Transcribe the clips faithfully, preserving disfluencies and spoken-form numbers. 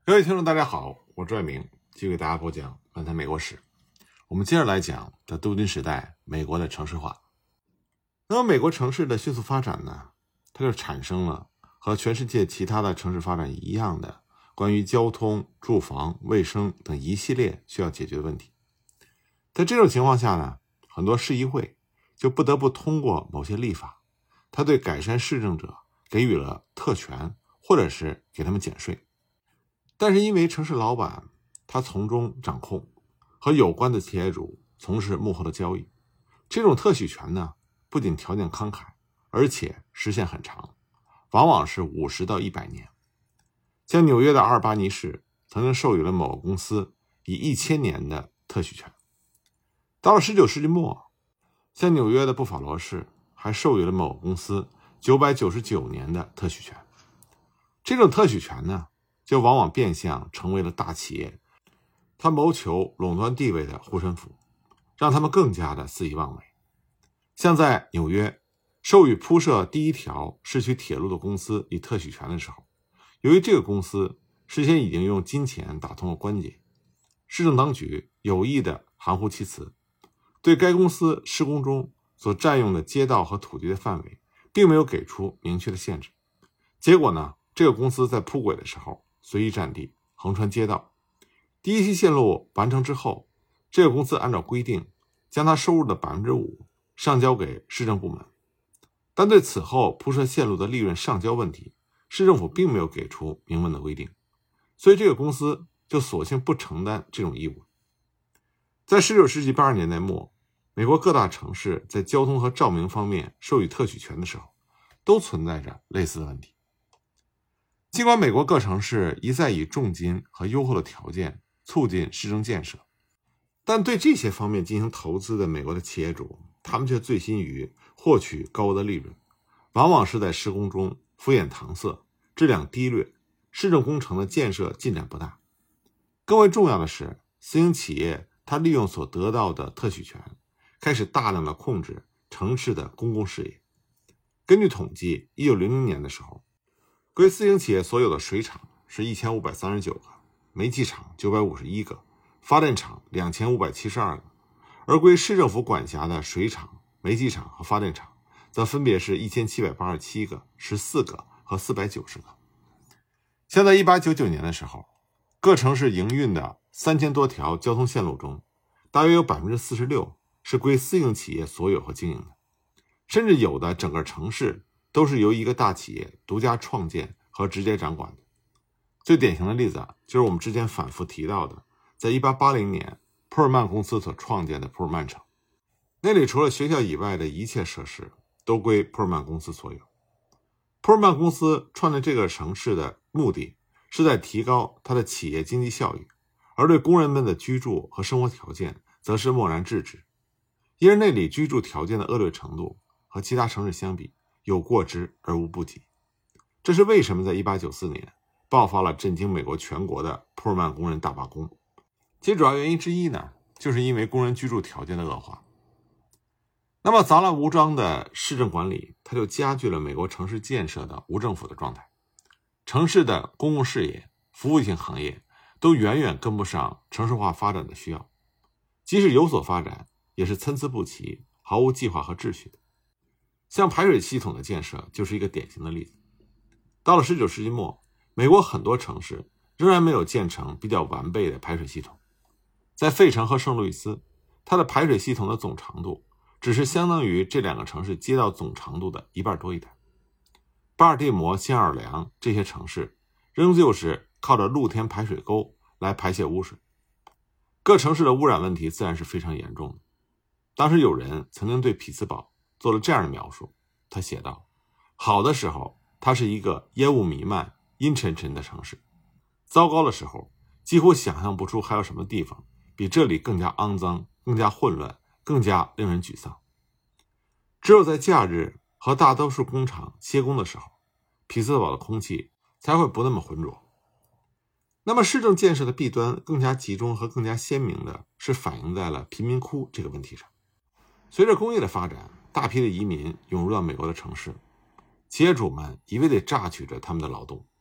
各位听众大家好，我是爱明，继续给大家播讲漫谈美国史。我们接着来讲在镀金时代美国的城市化。那么美国城市的迅速发展呢，它就产生了和全世界其他的城市发展一样的关于交通、住房、卫生等一系列需要解决的问题。在这种情况下呢，很多市议会就不得不通过某些立法，它对改善市政者给予了特权，或者是给他们减税。但是因为城市老板他从中掌控，和有关的企业主从事幕后的交易，这种特许权呢，不仅条件慷慨，而且时限很长，往往是五十到一百年。像纽约的阿尔巴尼市曾经授予了某个公司以一千年的特许权。到了十九世纪末，像纽约的布法罗市还授予了某个公司九百九十九年的特许权。这种特许权呢，就往往变相成为了大企业他谋求垄断地位的护身符，让他们更加的肆意妄为。像在纽约授予铺设第一条市区铁路的公司以特许权的时候，由于这个公司事先已经用金钱打通了关节，市政当局有意的含糊其辞，对该公司施工中所占用的街道和土地的范围并没有给出明确的限制。结果呢，这个公司在铺轨的时候随意占地，横穿街道。第一期线路完成之后，这个公司按照规定将它收入的 百分之五 上交给市政部门，但对此后铺设线路的利润上交问题，市政府并没有给出明文的规定，所以这个公司就索性不承担这种义务。在十九世纪八十年代末，美国各大城市在交通和照明方面授予特许权的时候，都存在着类似的问题。尽管美国各城市一再以重金和优厚的条件促进市政建设，但对这些方面进行投资的美国的企业主，他们却醉心于获取高额的利润，往往是在施工中敷衍搪塞，质量低劣，市政工程的建设进展不大。更为重要的是，私营企业它利用所得到的特许权，开始大量的控制城市的公共事业。根据统计，一九零零年的时候，归私营企业所有的水厂是一千五百三十九个，煤气厂九百五十一个，发电厂两千五百七十二个，而归市政府管辖的水厂、煤气厂和发电厂则分别是一千七百八十七个、十四个和四百九十个。像在一八九九年的时候，各城市营运的三千多条交通线路中，大约有 百分之四十六 是归私营企业所有和经营的，甚至有的整个城市都是由一个大企业独家创建和直接掌管的。最典型的例子啊，就是我们之前反复提到的，在一八八零年普尔曼公司所创建的普尔曼城，那里除了学校以外的一切设施都归普尔曼公司所有。普尔曼公司创建这个城市的目的是在提高它的企业经济效益，而对工人们的居住和生活条件则是漠然置之，因而那里居住条件的恶劣程度和其他城市相比有过之而无不及。这是为什么在一八九四年爆发了震惊美国全国的普尔曼工人大罢工。其主要原因之一呢，就是因为工人居住条件的恶化。那么杂乱无章的市政管理，它就加剧了美国城市建设的无政府的状态。城市的公共事业、服务性行业都远远跟不上城市化发展的需要，即使有所发展，也是参差不齐，毫无计划和秩序的。像排水系统的建设就是一个典型的例子。到了十九世纪末，美国很多城市仍然没有建成比较完备的排水系统。在费城和圣路易斯，它的排水系统的总长度只是相当于这两个城市街道总长度的一半多一点。巴尔的摩、新奥尔良这些城市仍旧是靠着露天排水沟来排泄污水。各城市的污染问题自然是非常严重的。当时有人曾经对匹兹堡做了这样的描述，他写道：好的时候它是一个烟雾弥漫、阴沉沉的城市，糟糕的时候几乎想象不出还有什么地方比这里更加肮脏、更加混乱、更加令人沮丧。只有在假日和大多数工厂歇工的时候，匹兹堡的空气才会不那么浑浊。那么市政建设的弊端更加集中和更加鲜明的是反映在了贫民窟这个问题上。随着工业的发展，大批的移民涌入到美国的城市，企业主们一味地榨取着他们的劳动，而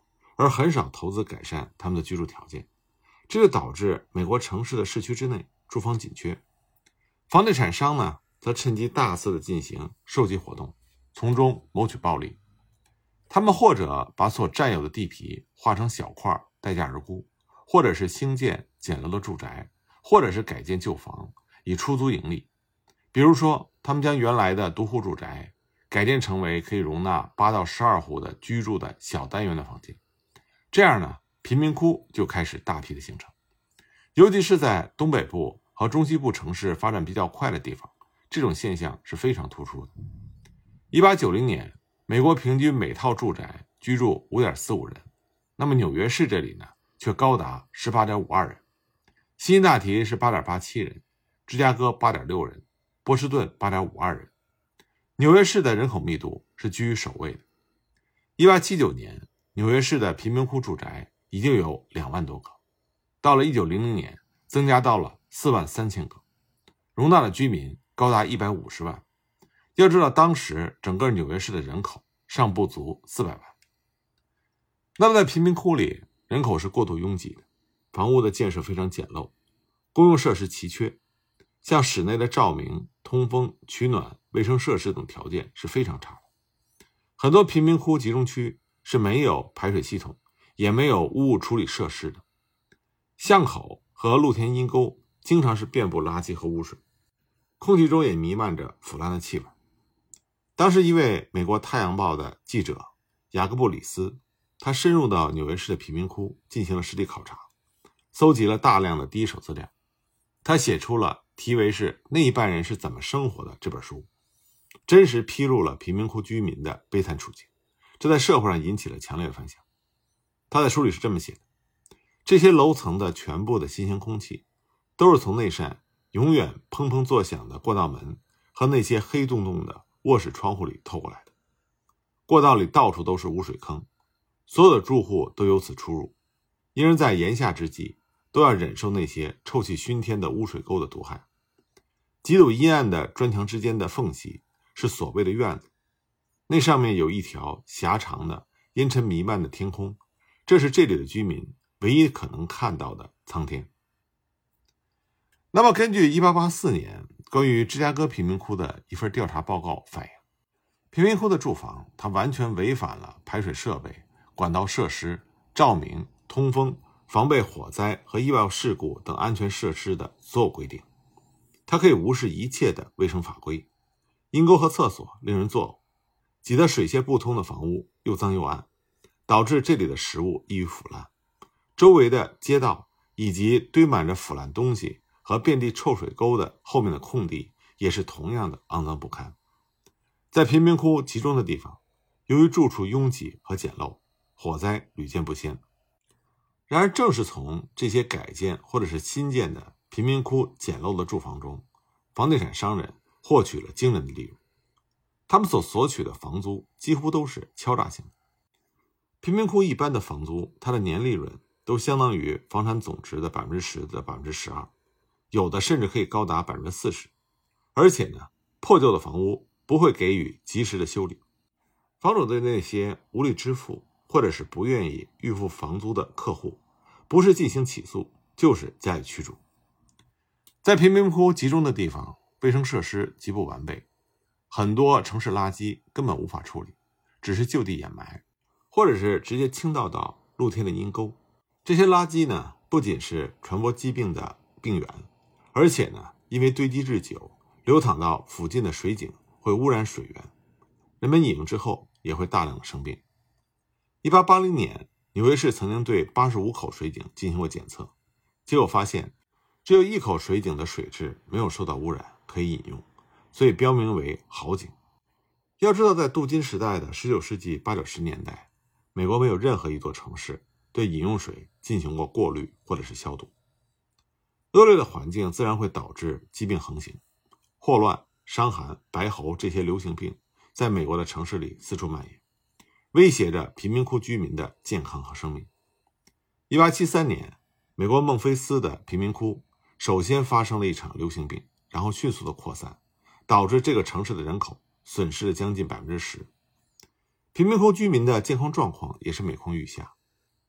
而很少投资改善他们的居住条件，这就导致美国城市的市区之内住房紧缺。房地产商呢，则趁机大肆的进行售集活动，从中谋取暴利。他们或者把所占有的地皮划成小块待价而沽，或者是兴建简陋的住宅，或者是改建旧房以出租盈利。比如说，他们将原来的独户住宅改建成为可以容纳八到十二户的居住的小单元的房间，这样呢，贫民窟就开始大批的形成。尤其是在东北部和中西部城市发展比较快的地方，这种现象是非常突出的。一八九零年，美国平均每套住宅居住 五点四五 人，那么纽约市这里呢，却高达 十八点五二 人，辛辛那提是 八点八七 人，芝加哥 八点六 人，波士顿 八点五二 人。纽约市的人口密度是居于首位的。一八七九年，纽约市的贫民窟住宅已经有两万多个，到了一九零零年，增加到了四万三千个，容纳的居民高达一百五十万。要知道，当时整个纽约市的人口尚不足四百万。那么在贫民窟里，人口是过度拥挤的，房屋的建设非常简陋，公用设施奇缺，像室内的照明、通风、取暖、卫生设施等条件是非常差的。很多贫民窟集中区是没有排水系统，也没有污物处理设施的。巷口和露天阴沟经常是遍布垃圾和污水，空气中也弥漫着腐烂的气味。当时一位美国《太阳报》的记者雅各布里斯，他深入到纽约市的贫民窟进行了实地考察，搜集了大量的第一手资料。他写出了题为是《那一半人是怎么生活的》这本书，真实披露了贫民窟居民的悲惨处境，这在社会上引起了强烈的反响。他在书里是这么写的：这些楼层的全部的新鲜空气都是从那扇永远砰砰作响的过道门和那些黑洞洞的卧室窗户里透过来的。过道里到处都是污水坑，所有的住户都由此出入，因而在炎夏之际都要忍受那些臭气熏天的污水沟的毒害。几堵阴暗的砖墙之间的缝隙是所谓的院子，那上面有一条狭长的阴沉弥漫的天空，这是这里的居民唯一可能看到的苍天。那么根据一八八四年关于芝加哥贫民窟的一份调查报告反映，贫民窟的住房它完全违反了排水设备、管道设施、照明、通风、防备火灾和意外事故等安全设施的所有规定。它可以无视一切的卫生法规，阴沟和厕所令人作呕，挤得水泄不通的房屋又脏又暗，导致这里的食物易于腐烂，周围的街道以及堆满着腐烂东西和遍地臭水沟的后面的空地也是同样的肮脏不堪。在贫民窟集中的地方，由于住处拥挤和简陋，火灾屡见不鲜。然而正是从这些改建或者是新建的贫民窟简陋的住房中，房地产商人获取了惊人的利润。他们所索取的房租几乎都是敲诈性的。贫民窟一般的房租，它的年利润都相当于房产总值的 百分之十 的 百分之十二， 有的甚至可以高达 百分之四十。 而且呢，破旧的房屋不会给予及时的修理。房主对那些无力支付或者是不愿意预付房租的客户，不是进行起诉，就是加以驱逐。在贫民窟集中的地方，卫生设施极不完备，很多城市垃圾根本无法处理，只是就地掩埋，或者是直接倾倒到露天的阴沟。这些垃圾呢，不仅是传播疾病的病源，而且呢，因为堆积日久，流淌到附近的水井会污染水源，人们饮用之后也会大量的生病。一八八零年，纽约市曾经对八十五口水井进行过检测，结果发现只有一口水井的水质没有受到污染，可以饮用，所以标明为好井。要知道，在镀金时代的十九世纪八九十年代，美国没有任何一座城市对饮用水进行过过滤或者是消毒。恶劣的环境自然会导致疾病横行，霍乱、伤寒、白喉这些流行病在美国的城市里四处蔓延，威胁着贫民窟居民的健康和生命。一八七三年，美国孟菲斯的贫民窟首先发生了一场流行病，然后迅速的扩散，导致这个城市的人口损失了将近 百分之十。 贫民窟居民的健康状况也是每况愈下。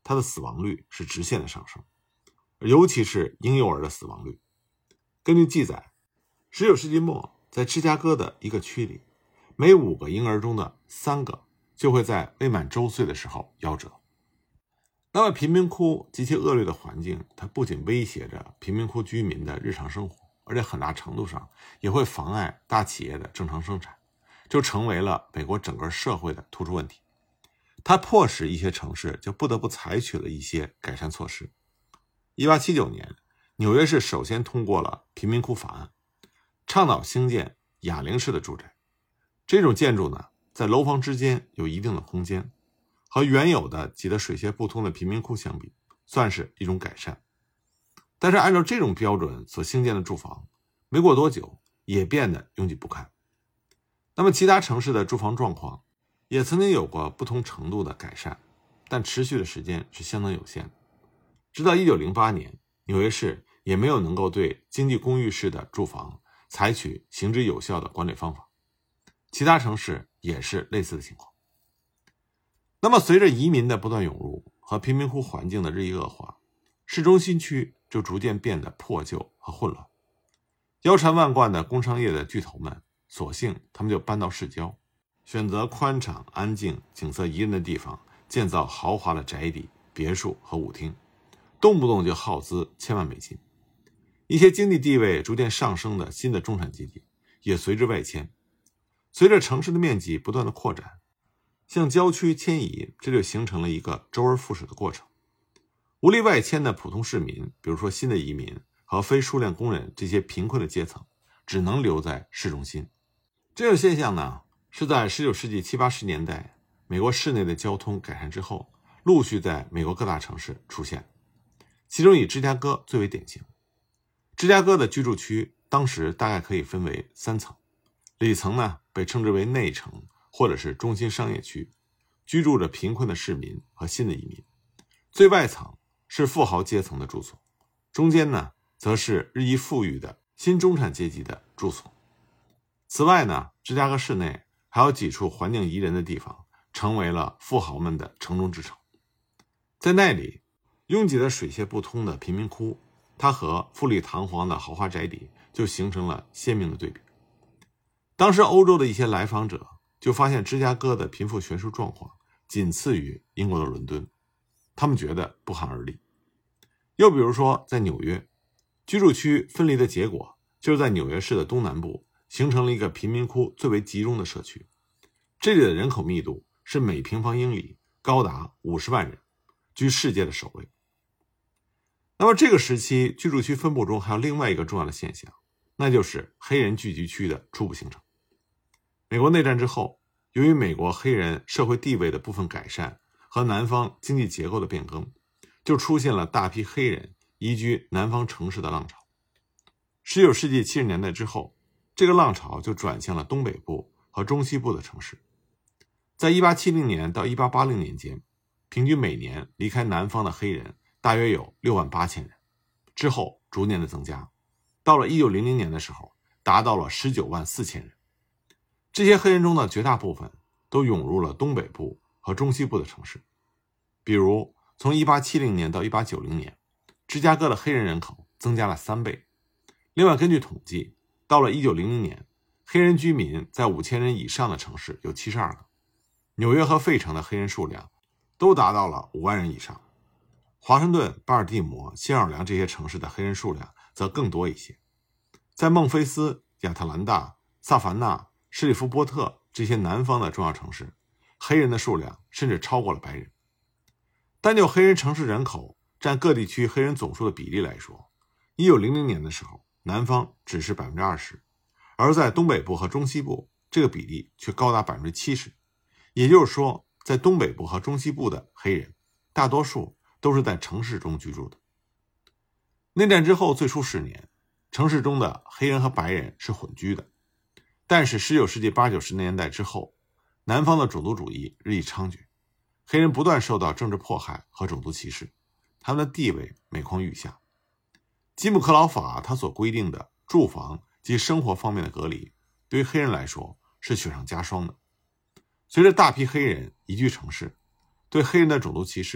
它的死亡率是直线的上升，尤其是婴幼儿的死亡率。根据记载，十九世纪末，在芝加哥的一个区里，每五个婴儿中的三个就会在未满周岁的时候夭折。那么贫民窟极其恶劣的环境，它不仅威胁着贫民窟居民的日常生活，而且很大程度上也会妨碍大企业的正常生产，就成为了美国整个社会的突出问题。它迫使一些城市就不得不采取了一些改善措施。一八七九年，纽约市首先通过了贫民窟法案，倡导兴建哑铃式的住宅。这种建筑呢，在楼房之间有一定的空间，和原有的挤得水泄不通的贫民窟相比，算是一种改善。但是按照这种标准所兴建的住房，没过多久也变得拥挤不堪。那么其他城市的住房状况也曾经有过不同程度的改善，但持续的时间是相当有限的。直到一九零八年，纽约市也没有能够对经济公寓式的住房采取行之有效的管理方法。其他城市也是类似的情况。那么随着移民的不断涌入和贫民窟环境的日益恶化，市中心区就逐渐变得破旧和混乱。腰缠万贯的工商业的巨头们，索性他们就搬到市郊，选择宽敞、安静、景色宜人的地方，建造豪华的宅邸、别墅和舞厅，动不动就耗资千万美金。一些经济地位逐渐上升的新的中产阶级也随之外迁。随着城市的面积不断的扩展，向郊区迁移，这就形成了一个周而复始的过程。无力外迁的普通市民，比如说新的移民和非数量工人这些贫困的阶层，只能留在市中心。这种现象呢，是在十九世纪七八十年代美国市内的交通改善之后，陆续在美国各大城市出现，其中以芝加哥最为典型。芝加哥的居住区当时大概可以分为三层，里层呢被称之为内城或者是中心商业区，居住着贫困的市民和新的移民。最外层是富豪阶层的住所，中间呢则是日益富裕的新中产阶级的住所。此外呢，芝加哥市内还有几处环境宜人的地方，成为了富豪们的城中之城。在那里，拥挤的水泄不通的贫民窟，它和富丽堂皇的豪华宅邸就形成了鲜明的对比。当时欧洲的一些来访者就发现芝加哥的贫富悬殊状况仅次于英国的伦敦，他们觉得不寒而栗。又比如说在纽约，居住区分离的结果就是在纽约市的东南部形成了一个贫民窟最为集中的社区，这里的人口密度是每平方英里高达五十万人，居世界的首位。那么这个时期居住区分布中还有另外一个重要的现象，那就是黑人聚集区的初步形成。美国内战之后，由于美国黑人社会地位的部分改善和南方经济结构的变更，就出现了大批黑人移居南方城市的浪潮。十九世纪七十年代之后，这个浪潮就转向了东北部和中西部的城市。在一八七零年到一八八零年间，平均每年离开南方的黑人大约有六万八千人，之后逐年的增加，到了一九零零年的时候达到了十九万四千人。这些黑人中的绝大部分都涌入了东北部和中西部的城市。比如从一八七零年到一八九零年，芝加哥的黑人人口增加了三倍。另外根据统计，到了一九零零年，黑人居民在五千人以上的城市有七十二个，纽约和费城的黑人数量都达到了五万人以上。华盛顿、巴尔的摩、新奥尔良这些城市的黑人数量则更多一些。在孟菲斯、亚特兰大、萨凡纳、施里夫波特这些南方的重要城市，黑人的数量甚至超过了白人。单就黑人城市人口占各地区黑人总数的比例来说，一九零零年的时候，南方只是 百分之二十， 而在东北部和中西部，这个比例却高达 百分之七十。 也就是说，在东北部和中西部的黑人大多数都是在城市中居住的。内战之后最初十年，城市中的黑人和白人是混居的，但是十九世纪八九十年代之后，南方的种族主义日益猖獗，黑人不断受到政治迫害和种族歧视，他们的地位每况愈下。基姆克劳法他所规定的住房及生活方面的隔离，对于黑人来说是雪上加霜的。随着大批黑人移居城市，对黑人的种族歧视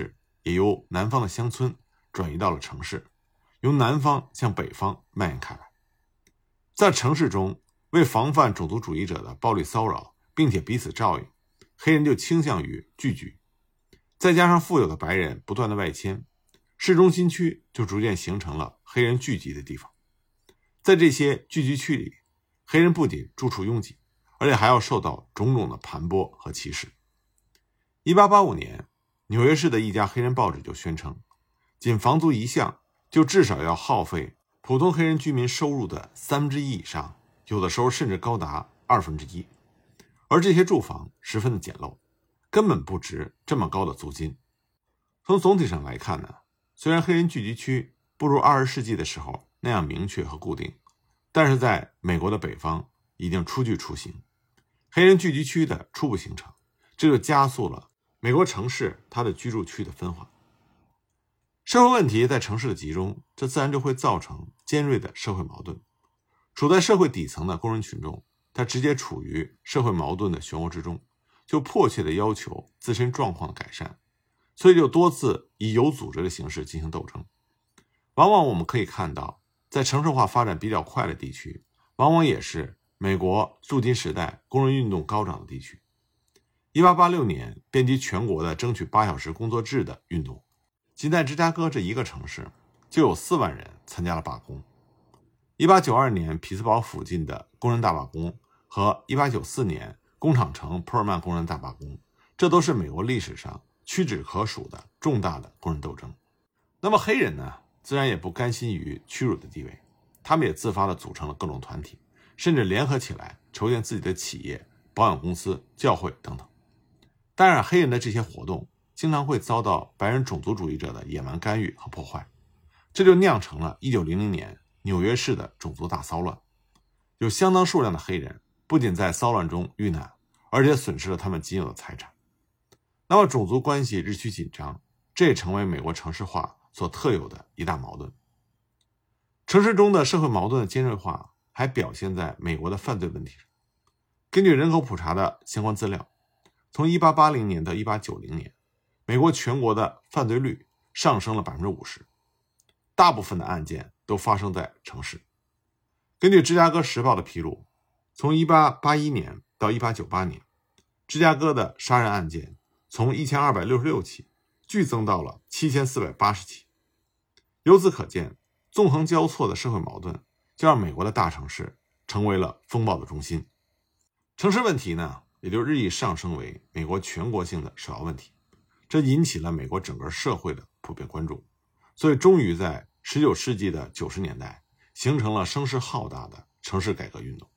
也由南方的乡村转移到了城市，由南方向北方蔓延开来。在城市中，为防范种族主义者的暴力骚扰，并且彼此照应，黑人就倾向于聚居。再加上富有的白人不断的外迁，市中心区就逐渐形成了黑人聚集的地方。在这些聚集区里，黑人不仅住处拥挤，而且还要受到种种的盘剥和歧视。一八八五年，纽约市的一家黑人报纸就宣称，仅房租一项就至少要耗费普通黑人居民收入的三分之一以上，有的时候甚至高达二分之一。而这些住房十分的简陋，根本不值这么高的租金。从总体上来看呢，虽然黑人聚集区不如二十世纪的时候那样明确和固定，但是在美国的北方已经初具雏形。黑人聚集区的初步形成，这就加速了美国城市它的居住区的分化。社会问题在城市的集中，这自然就会造成尖锐的社会矛盾。处在社会底层的工人群众，他直接处于社会矛盾的漩涡之中，就迫切地要求自身状况的改善，所以就多次以有组织的形式进行斗争。往往我们可以看到，在城市化发展比较快的地区，往往也是美国镀金时代工人运动高涨的地区。一八八六年遍及全国的争取八小时工作制的运动，仅在芝加哥这一个城市就有四万人参加了罢工。一八九二年匹兹堡附近的工人大罢工和一八九四年工厂城普尔曼工人大罢工，这都是美国历史上屈指可数的重大的工人斗争。那么黑人呢，自然也不甘心于屈辱的地位，他们也自发地组成了各种团体，甚至联合起来筹建自己的企业、保险公司、教会等等。当然，黑人的这些活动经常会遭到白人种族主义者的野蛮干预和破坏，这就酿成了一九零零年纽约市的种族大骚乱。有相当数量的黑人不仅在骚乱中遇难，而且损失了他们仅有的财产。那么种族关系日趋紧张，这也成为美国城市化所特有的一大矛盾。城市中的社会矛盾的尖锐化还表现在美国的犯罪问题上。根据人口普查的相关资料，从一八八零年到一八九零年，美国全国的犯罪率上升了 百分之五十， 大部分的案件都发生在城市。根据芝加哥时报的披露，从一八八一年到一八九八年，芝加哥的杀人案件从一千二百六十六起剧增到了七千四百八十起。由此可见，纵横交错的社会矛盾就让美国的大城市成为了风暴的中心。城市问题呢，也就日益上升为美国全国性的首要问题，这引起了美国整个社会的普遍关注，所以终于在十九世纪的九十年代形成了声势浩大的城市改革运动。